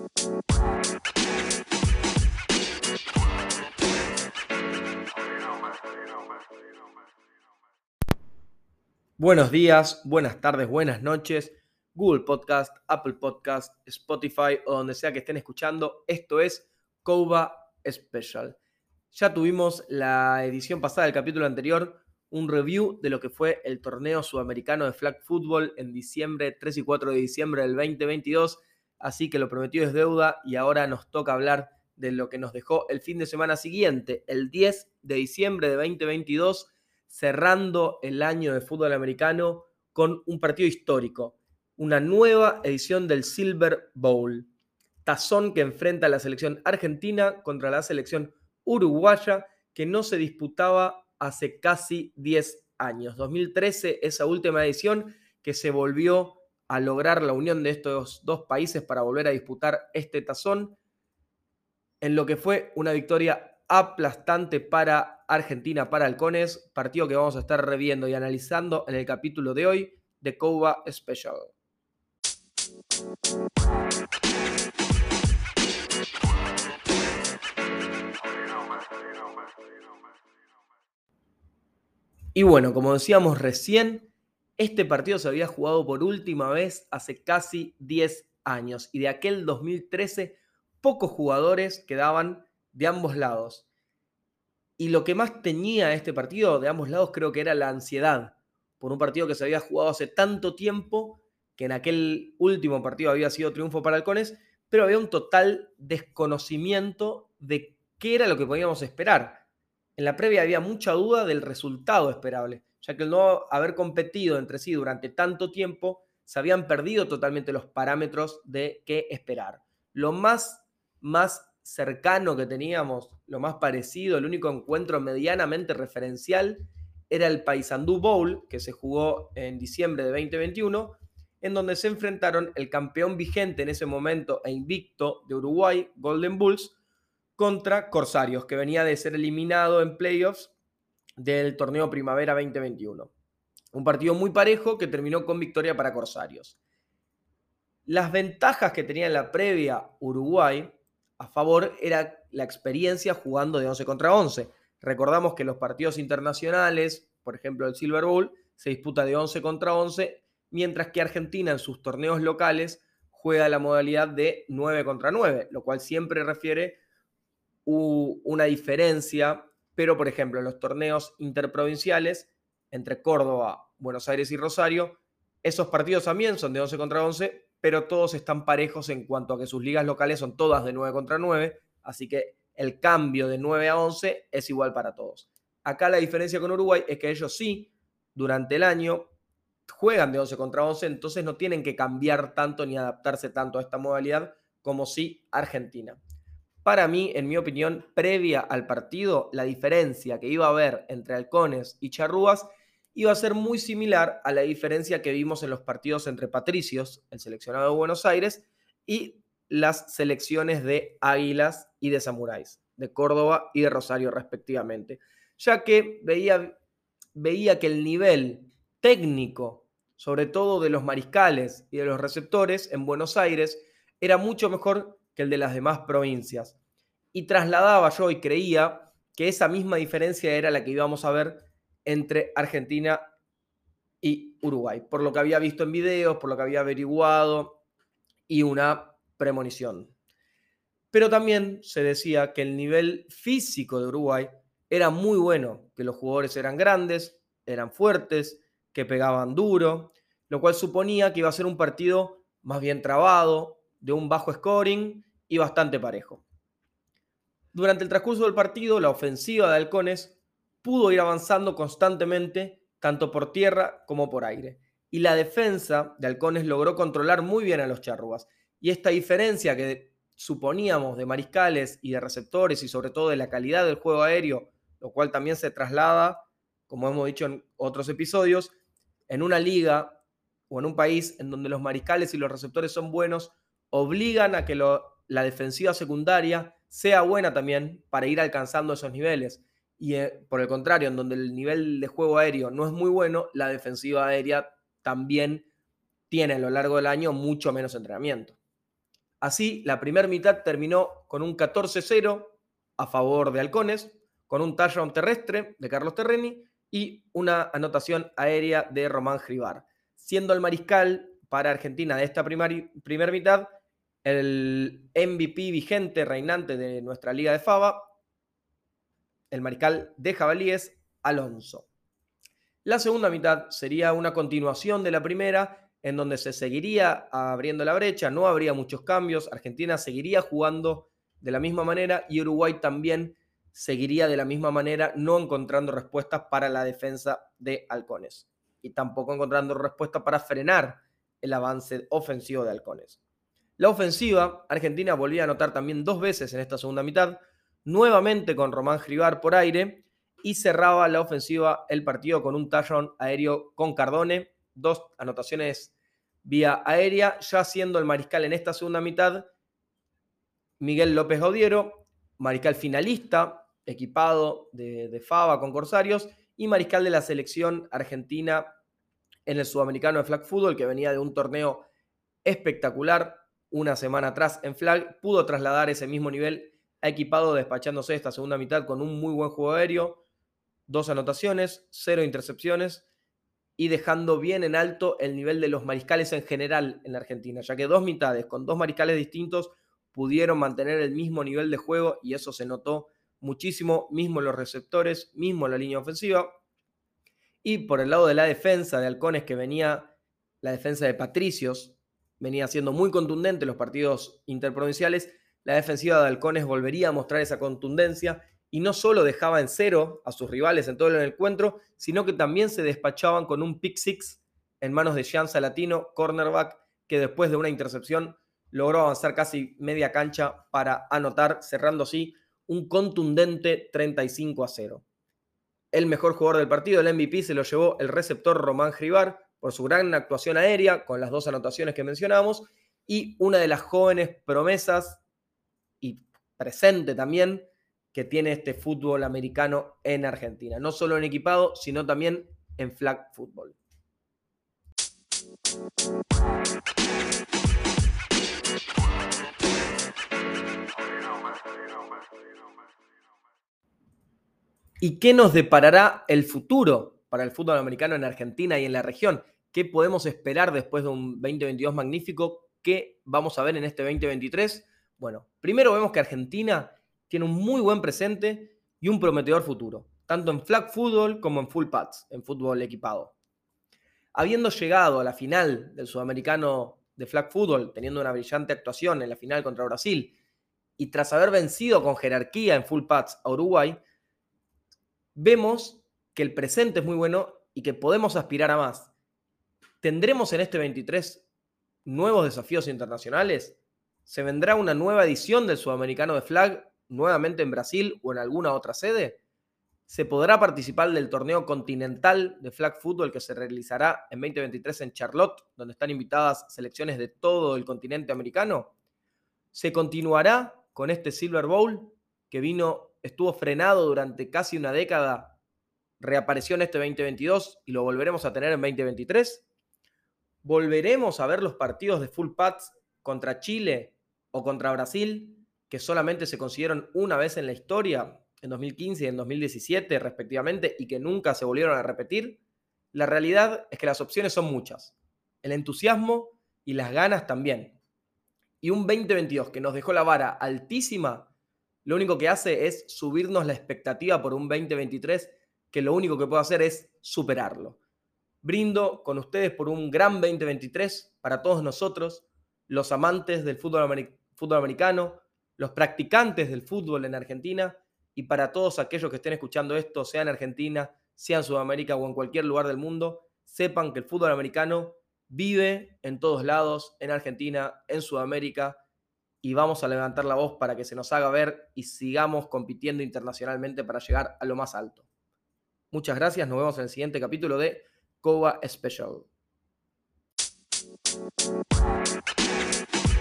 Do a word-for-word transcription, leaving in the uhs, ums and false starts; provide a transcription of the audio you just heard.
Buenos días, buenas tardes, buenas noches, Google Podcast, Apple Podcast, Spotify o donde sea que estén escuchando. Esto es Couva Special. Ya tuvimos la edición pasada, el capítulo anterior, un review de lo que fue el torneo sudamericano de flag football en diciembre, tres y cuatro de diciembre del veinte veintidós, así que lo prometido es deuda y ahora nos toca hablar de lo que nos dejó el fin de semana siguiente, el diez de diciembre de veinte veintidós, cerrando el año de fútbol americano con un partido histórico, una nueva edición del Silver Bowl, tazón que enfrenta a la selección argentina contra la selección uruguaya, que no se disputaba hace casi diez años. dos mil trece, esa última edición que se volvió a lograr la unión de estos dos países para volver a disputar este tazón, en lo que fue una victoria aplastante para Argentina, para Halcones, partido que vamos a estar reviendo y analizando en el capítulo de hoy de Couva Special. Y bueno, como decíamos recién, este partido se había jugado por última vez hace casi diez años y de aquel dos mil trece pocos jugadores quedaban de ambos lados. Y lo que más tenía este partido de ambos lados creo que era la ansiedad por un partido que se había jugado hace tanto tiempo, que en aquel último partido había sido triunfo para Halcones, pero había un total desconocimiento de qué era lo que podíamos esperar. En la previa había mucha duda del resultado esperable, ya que el no haber competido entre sí durante tanto tiempo, se habían perdido totalmente los parámetros de qué esperar. Lo más, más cercano que teníamos, lo más parecido, el único encuentro medianamente referencial, era el Paysandú Bowl, que se jugó en diciembre de veinte veintiuno, en donde se enfrentaron el campeón vigente en ese momento e invicto de Uruguay, Golden Bulls, contra Corsarios, que venía de ser eliminado en playoffs del torneo Primavera veinte veintiuno. Un partido muy parejo que terminó con victoria para Corsarios. Las ventajas que tenía en la previa Uruguay a favor era la experiencia jugando de once contra once. Recordamos que los partidos internacionales, por ejemplo el Silver Bowl, se disputa de once contra once, mientras que Argentina en sus torneos locales juega la modalidad de nueve contra nueve, lo cual siempre refiere una diferencia, pero por ejemplo en los torneos interprovinciales entre Córdoba, Buenos Aires y Rosario, esos partidos también son de once contra once, pero todos están parejos en cuanto a que sus ligas locales son todas de nueve contra nueve, así que el cambio de nueve a once es igual para todos. Acá la diferencia con Uruguay es que ellos sí, durante el año, juegan de once contra once, entonces no tienen que cambiar tanto ni adaptarse tanto a esta modalidad como sí Argentina. Para mí, en mi opinión, previa al partido, la diferencia que iba a haber entre Halcones y Charrúas iba a ser muy similar a la diferencia que vimos en los partidos entre Patricios, el seleccionado de Buenos Aires, y las selecciones de Águilas y de Samuráis, de Córdoba y de Rosario respectivamente, ya que veía, veía que el nivel técnico, sobre todo de los mariscales y de los receptores en Buenos Aires, era mucho mejor que el de las demás provincias. Y trasladaba yo y creía que esa misma diferencia era la que íbamos a ver entre Argentina y Uruguay, por lo que había visto en videos, por lo que había averiguado y una premonición. Pero también se decía que el nivel físico de Uruguay era muy bueno, que los jugadores eran grandes, eran fuertes, que pegaban duro, lo cual suponía que iba a ser un partido más bien trabado, de un bajo scoring y bastante parejo. Durante el transcurso del partido, la ofensiva de Halcones pudo ir avanzando constantemente, tanto por tierra como por aire. Y la defensa de Halcones logró controlar muy bien a los charrúas. Y esta diferencia que suponíamos de mariscales y de receptores y sobre todo de la calidad del juego aéreo, lo cual también se traslada, como hemos dicho en otros episodios, en una liga o en un país en donde los mariscales y los receptores son buenos, obligan a que lo, la defensiva secundaria sea buena también para ir alcanzando esos niveles. Y eh, por el contrario, en donde el nivel de juego aéreo no es muy bueno, la defensiva aérea también tiene a lo largo del año mucho menos entrenamiento. Así, la primera mitad terminó con un catorce cero a favor de Halcones, con un touchdown terrestre de Carlos Terreni y una anotación aérea de Román Jribar, siendo el mariscal para Argentina de esta primera mitad el M V P vigente, reinante de nuestra Liga de Faba, el mariscal de jabalíes, Alonso. La segunda mitad sería una continuación de la primera, en donde se seguiría abriendo la brecha, no habría muchos cambios, Argentina seguiría jugando de la misma manera y Uruguay también seguiría de la misma manera, no encontrando respuestas para la defensa de Halcones y tampoco encontrando respuestas para frenar el avance ofensivo de Halcones. La ofensiva, Argentina volvía a anotar también dos veces en esta segunda mitad, nuevamente con Román Jribar por aire, y cerraba la ofensiva el partido con un touchdown aéreo con Cardone, dos anotaciones vía aérea, ya siendo el mariscal en esta segunda mitad Miguel López Gaudiero, mariscal finalista, equipado de, de Faba con Corsarios, y mariscal de la selección argentina en el Sudamericano de Flag Football, que venía de un torneo espectacular una semana atrás en Flag, pudo trasladar ese mismo nivel a equipado, despachándose esta segunda mitad con un muy buen juego aéreo, dos anotaciones, cero intercepciones y dejando bien en alto el nivel de los mariscales en general en la Argentina, ya que dos mitades con dos mariscales distintos pudieron mantener el mismo nivel de juego y eso se notó muchísimo, mismo en los receptores, mismo en la línea ofensiva. Y por el lado de la defensa de Halcones, que venía la defensa de Patricios, venía siendo muy contundente en los partidos interprovinciales, la defensiva de Halcones volvería a mostrar esa contundencia y no solo dejaba en cero a sus rivales en todo el encuentro, sino que también se despachaban con un pick six en manos de Gian Salatino, cornerback, que después de una intercepción logró avanzar casi media cancha para anotar, cerrando así un contundente treinta y cinco a cero. El mejor jugador del partido, el M V P, se lo llevó el receptor Román Jribar por su gran actuación aérea, con las dos anotaciones que mencionamos, y una de las jóvenes promesas y presente también que tiene este fútbol americano en Argentina, no solo en equipado, sino también en flag football. ¿Y qué nos deparará el futuro para el fútbol americano en Argentina y en la región? ¿Qué podemos esperar después de un veinte veintidós magnífico? ¿Qué vamos a ver en este veinte veintitrés? Bueno, primero vemos que Argentina tiene un muy buen presente y un prometedor futuro, tanto en flag football como en full pads, en fútbol equipado. Habiendo llegado a la final del Sudamericano de flag football, teniendo una brillante actuación en la final contra Brasil, y tras haber vencido con jerarquía en full pads a Uruguay, vemos que el presente es muy bueno y que podemos aspirar a más. ¿Tendremos en este veintitrés nuevos desafíos internacionales? ¿Se vendrá una nueva edición del Sudamericano de Flag, nuevamente en Brasil o en alguna otra sede? ¿Se podrá participar del torneo continental de Flag Football que se realizará en veinte veintitrés en Charlotte, donde están invitadas selecciones de todo el continente americano? ¿Se continuará con este Silver Bowl que vino, estuvo frenado durante casi una década, reapareció en este veinte veintidós y lo volveremos a tener en veinte veintitrés? ¿Volveremos a ver los partidos de full pads contra Chile o contra Brasil, que solamente se consiguieron una vez en la historia, en dos mil quince y en dos mil diecisiete respectivamente, y que nunca se volvieron a repetir? La realidad es que las opciones son muchas, el entusiasmo y las ganas también. Y un veinte veintidós que nos dejó la vara altísima, lo único que hace es subirnos la expectativa por un veinte veintitrés que lo único que puede hacer es superarlo. Brindo con ustedes por un gran veinte veintitrés para todos nosotros, los amantes del fútbol, amer- fútbol americano, los practicantes del fútbol en Argentina y para todos aquellos que estén escuchando esto, sea en Argentina, sea en Sudamérica o en cualquier lugar del mundo, sepan que el fútbol americano vive en todos lados, en Argentina, en Sudamérica, y vamos a levantar la voz para que se nos haga ver y sigamos compitiendo internacionalmente para llegar a lo más alto. Muchas gracias, nos vemos en el siguiente capítulo de Coba Special.